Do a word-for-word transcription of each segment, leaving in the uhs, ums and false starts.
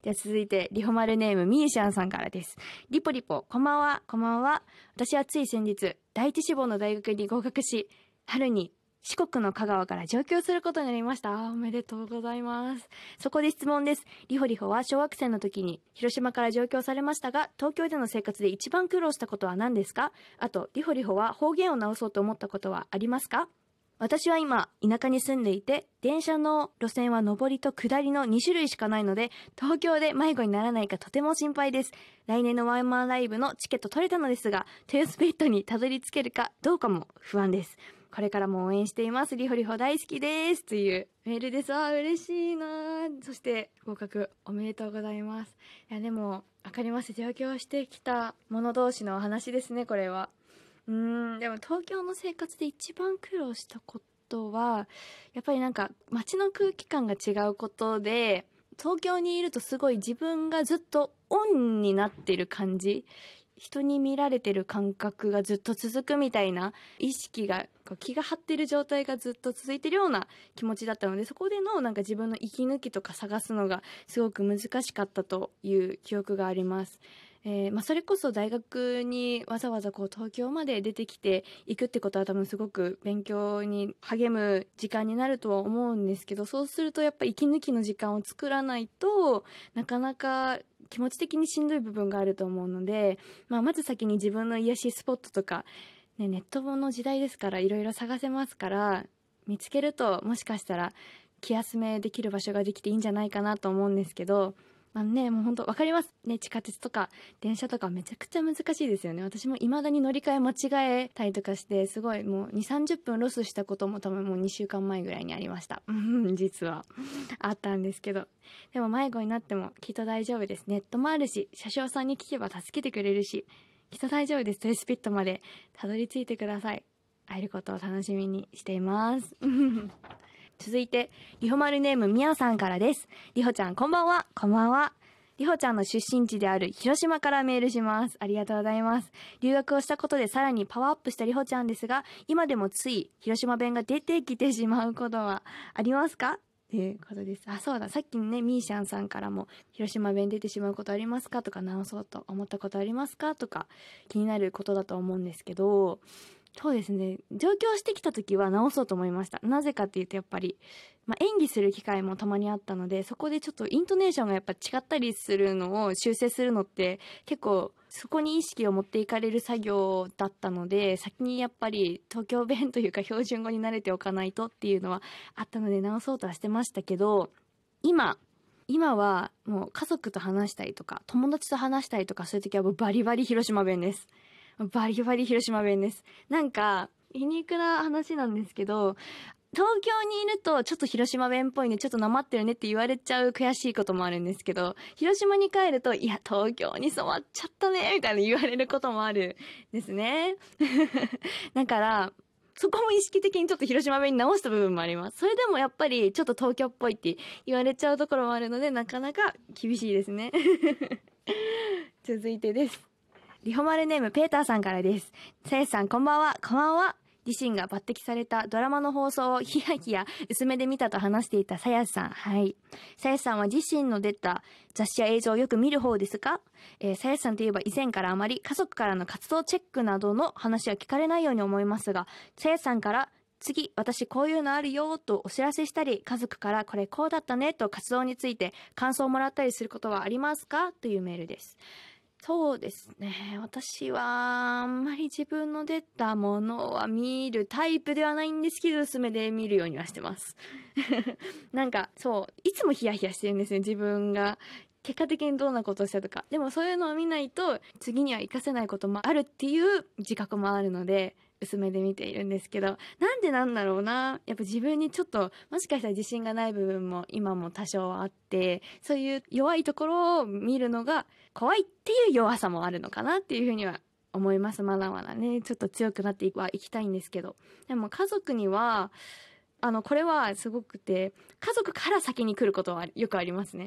では続いて、リホマルネームミーシャンさんからです。リポリポ、こんばんは、こんばんは。私はつい先日、第一志望の大学に合格し、春に四国の香川から上京することになりました。おめでとうございます。そこで質問です。リホリホは小学生の時に広島から上京されましたが、東京での生活で一番苦労したことは何ですか？あと、リホリホは方言を直そうと思ったことはありますか？私は今、田舎に住んでいて、電車の路線は上りと下りのに種類しかないので、東京で迷子にならないかとても心配です。来年のワンマンライブのチケット取れたのですが、豊洲ペットにたどり着けるかどうかも不安です。これからも応援しています。リホリホ大好きです。というメールです。あー、嬉しいな。そして合格おめでとうございます。いやでもわかります。上京してきた者同士のお話ですね、これは。うーんでも東京の生活で一番苦労したことはやっぱりなんか街の空気感が違うことで、東京にいるとすごい自分がずっとオンになってる感じ、人に見られてる感覚がずっと続くみたいな意識が、気が張ってる状態がずっと続いてるような気持ちだったので、そこでのなんか自分の息抜きとか探すのがすごく難しかったという記憶があります。えーまあ、それこそ大学にわざわざこう東京まで出てきていくってことは多分すごく勉強に励む時間になるとは思うんですけど、そうするとやっぱ息抜きの時間を作らないとなかなか気持ち的にしんどい部分があると思うので、まあ、まず先に自分の癒しスポットとか、ね、ネットの時代ですからいろいろ探せますから、見つけるともしかしたら気休めできる場所ができていいんじゃないかなと思うんですけど、まあね、もう本当分かりますね。地下鉄とか電車とかめちゃくちゃ難しいですよね。私も未だに乗り換え間違えたりとかして、すごいもうに、さんじゅっぷんロスしたことも多分もうにしゅうかんまえぐらいにありました。実はあったんですけど、でも迷子になってもきっと大丈夫です。ネットもあるし、車掌さんに聞けば助けてくれるし、きっと大丈夫です。トレスピットまでたどり着いてください。会えることを楽しみにしています続いて、リホマルネームみやさんからです。リホちゃんこんばんは。こんばんは。リホちゃんの出身地である広島からメールします。ありがとうございます。留学をしたことでさらにパワーアップしたリホちゃんですが、今でもつい広島弁が出てきてしまうことはありますか？ということです。あ、そうだ。さっきね、ミーシャンさんからも広島弁出てしまうことありますかとか、直そうと思ったことありますかとか気になることだと思うんですけど、そうですね、上京してきた時は直そうと思いました。なぜかっていうとやっぱり、まあ、演技する機会もたまにあったので、そこでちょっとイントネーションがやっぱ違ったりするのを修正するのって結構そこに意識を持っていかれる作業だったので、先にやっぱり東京弁というか標準語に慣れておかないとっていうのはあったので直そうとはしてましたけど、今今はもう家族と話したりとか友達と話したりとかそういう時はもうバリバリ広島弁です。バリバリ広島弁です。なんか皮肉な話なんですけど、東京にいるとちょっと広島弁っぽいね、ちょっとなまってるねって言われちゃう悔しいこともあるんですけど、広島に帰るといや東京に染まっちゃったねみたいな言われることもあるんですねだからそこも意識的にちょっと広島弁に直した部分もあります。それでもやっぱりちょっと東京っぽいって言われちゃうところもあるので、なかなか厳しいですね続いてです。リホマルネームペーターさんからです。さやさんこんばんは。こんばんは。自身が抜擢されたドラマの放送をヒヤヒヤ薄めで見たと話していたさやさん。はい。さやさんは自身の出た雑誌や映像をよく見る方ですか？えー、さやさんといえば以前からあまり家族からの活動チェックなどの話は聞かれないように思いますが、さやさんから次私こういうのあるよとお知らせしたり、家族からこれこうだったねと活動について感想をもらったりすることはありますか？というメールです。そうですね、私はあんまり自分の出たものは見るタイプではないんですけど、薄めで見るようにはしてますなんかそういつもヒヤヒヤしてるんですね、自分が結果的にどんなことをしたとか。でもそういうのを見ないと次には活かせないこともあるっていう自覚もあるので薄めで見ているんですけど、なんでなんだろうな、やっぱ自分にちょっともしかしたら自信がない部分も今も多少あって、そういう弱いところを見るのが怖いっていう弱さもあるのかなっていうふうには思います。まだまだねちょっと強くなってはいきたいんですけど、でも家族にはあのこれはすごくて、家族から先に来ることはよくありますね。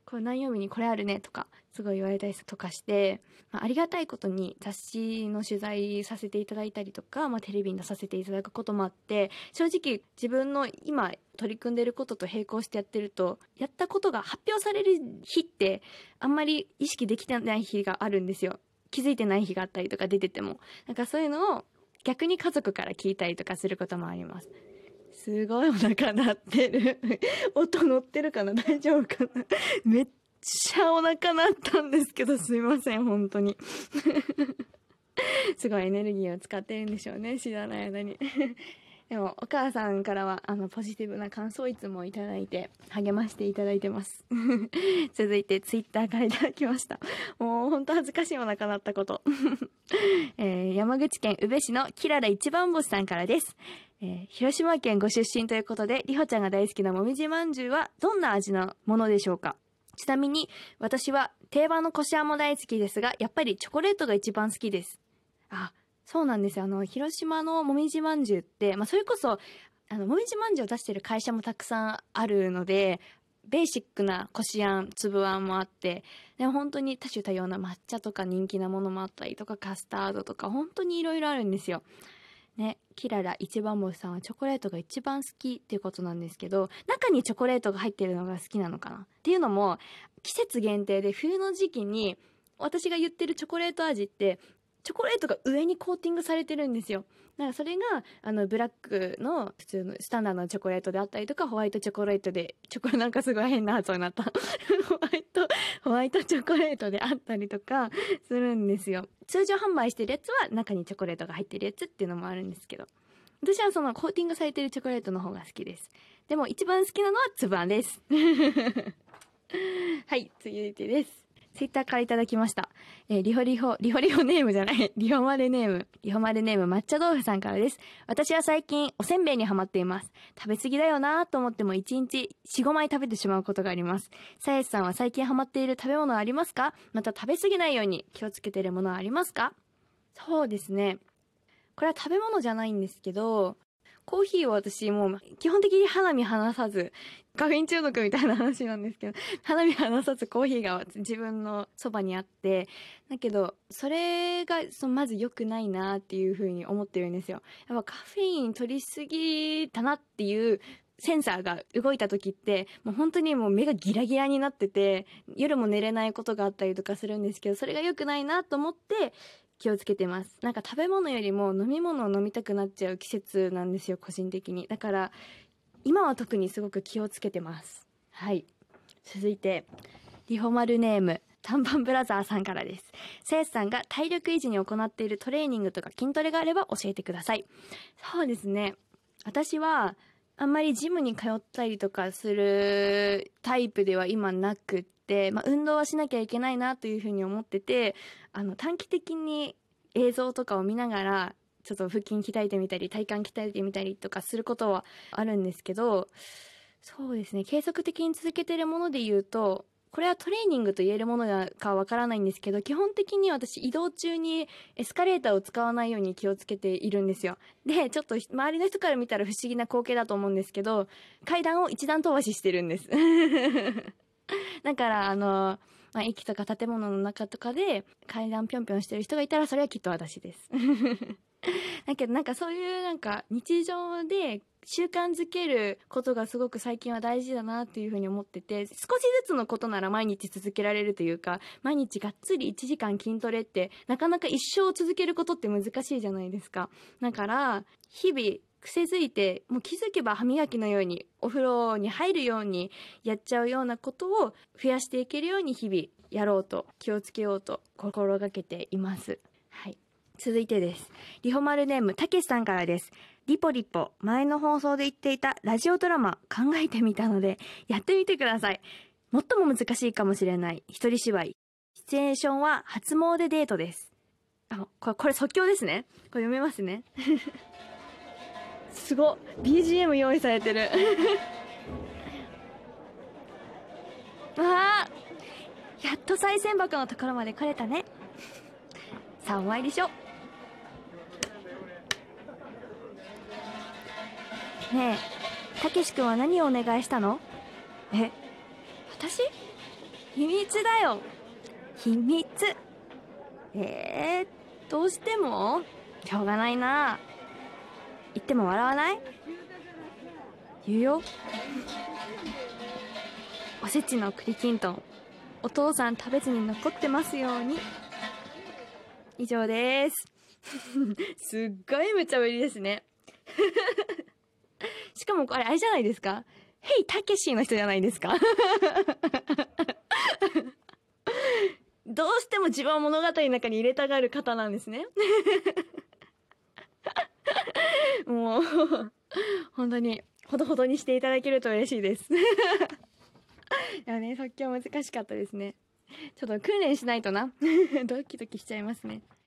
これ何曜日にこれあるねとかすごい言われたりとかして、まあ、ありがたいことに雑誌の取材させていただいたりとか、まあ、テレビに出させていただくこともあって、正直自分の今取り組んでることと並行してやってると、やったことが発表される日ってあんまり意識できてない日があるんですよ。気づいてない日があったりとか出てても、なんかそういうのを逆に家族から聞いたりとかすることもあります。すごいお腹鳴ってる音乗ってるかな、大丈夫かなめっちゃお腹鳴ったんですけど、すいません本当にすごいエネルギーを使ってるんでしょうね、知らない間にでもお母さんからはあのポジティブな感想をいつもいただいて励ましていただいてます続いてツイッターからいただきました。もう本当恥ずかしいお腹鳴ったことえー、山口県宇部市のキララ一番星さんからです。えー、広島県ご出身ということで、りほちゃんが大好きなもみじまんじゅうはどんな味のものでしょうか。ちなみに私は定番のこしあんも大好きですが、やっぱりチョコレートが一番好きです。あ、そうなんですよ。あの広島のもみじまんじゅうって、まあ、それこそあのもみじまんじゅうを出してる会社もたくさんあるので、ベーシックなこしあん、粒あんもあって、でも本当に多種多様な抹茶とか人気なものもあったりとか、カスタードとか本当にいろいろあるんですよ。ね、キララ一番星さんはチョコレートが一番好きっていうことなんですけど、中にチョコレートが入ってるのが好きなのかなっていうのも、季節限定で冬の時期に私が言ってるチョコレート味ってチョコレートが上にコーティングされてるんですよ。だからそれがあのブラックの普通のスタンダードのチョコレートであったりとか、ホワイトチョコレートで、チョコなんかすごい変な発音になったホワイトホワイトチョコレートであったりとかするんですよ。通常販売してるやつは中にチョコレートが入ってるやつっていうのもあるんですけど、私はそのコーティングされてるチョコレートの方が好きです。でも一番好きなのはつぶあんですはい、続いてです。ツイッターからいただきました。えー、リホリホ、リホリホネームじゃない、リホマルネーム、リホマルネーム抹茶豆腐さんからです。私は最近おせんべいにハマっています。食べ過ぎだよなと思ってもいちにちよん、ごまい食べてしまうことがあります。さやしさんは最近ハマっている食べ物はありますか？また食べ過ぎないように気をつけているものはありますか？そうですね。これは食べ物じゃないんですけど、コーヒーを私もう基本的に花見離さず、カフェイン中毒みたいな話なんですけど、花見離さずコーヒーが自分のそばにあって、だけどそれがそのまず良くないなっていう風に思ってるんですよ。やっぱカフェイン取りすぎたなっていうセンサーが動いた時って、もう本当にもう目がギラギラになってて、夜も寝れないことがあったりとかするんですけど、それが良くないなと思って気をつけてます。なんか食べ物よりも飲み物を飲みたくなっちゃう季節なんですよ、個人的に。だから今は特にすごく気をつけてます。はい。続いてリホマルネーム短パンブラザーさんからです。さやさんが体力維持に行っているトレーニングとか筋トレがあれば教えてください。そうですね、私はあんまりジムに通ったりとかするタイプでは今なくって、まあ、運動はしなきゃいけないなというふうに思ってて、あの短期的に映像とかを見ながらちょっと腹筋鍛えてみたり体幹鍛えてみたりとかすることはあるんですけど、そうですね、継続的に続けてるもので言うと、これはトレーニングと言えるものかわからないんですけど、基本的に私移動中にエスカレーターを使わないように気をつけているんですよ。で、ちょっと周りの人から見たら不思議な光景だと思うんですけど、階段を一段飛ばししてるんですだからあの、まあ、駅とか建物の中とかで階段ぴょんぴょんしてる人がいたら、それはきっと私ですだけどなんかそういうなんか日常で習慣づけることがすごく最近は大事だなっていうふうに思ってて、少しずつのことなら毎日続けられるというか、毎日がっつりいちじかん筋トレってなかなか一生続けることって難しいじゃないですか。だから日々癖づいて、もう気づけば歯磨きのようにお風呂に入るようにやっちゃうようなことを増やしていけるように日々やろうと、気をつけようと心がけています。はい。続いてです。リホマルネームたけしさんからです。リポリポ、前の放送で言っていたラジオドラマ考えてみたのでやってみてください。最も難しいかもしれない一人芝居。シチュエーションは初詣デートです。あ、これ、これ即興ですね。これ読めますねすごっ、 ビージーエム 用意されてるわあ、やっと賽銭箱のところまで来れたね。さあお参りしよう。ねえ、たけし君は何をお願いしたの？え、私？ 秘密だよ。秘密。えー、どうしてもしょうがないな。言っても笑わない？言うよ。おせちの栗きんとん、お父さん食べずに残ってますように。以上です。すっごい無茶ぶりですね。しかもこれあれじゃないですか。ヘイたけしの人じゃないですか。どうしても自分を物語の中に入れたがる方なんですね。もう本当にほどほどにしていただけると嬉しいです。いやね、即興難しかったですね。ちょっと訓練しないとな。ドキドキしちゃいますね。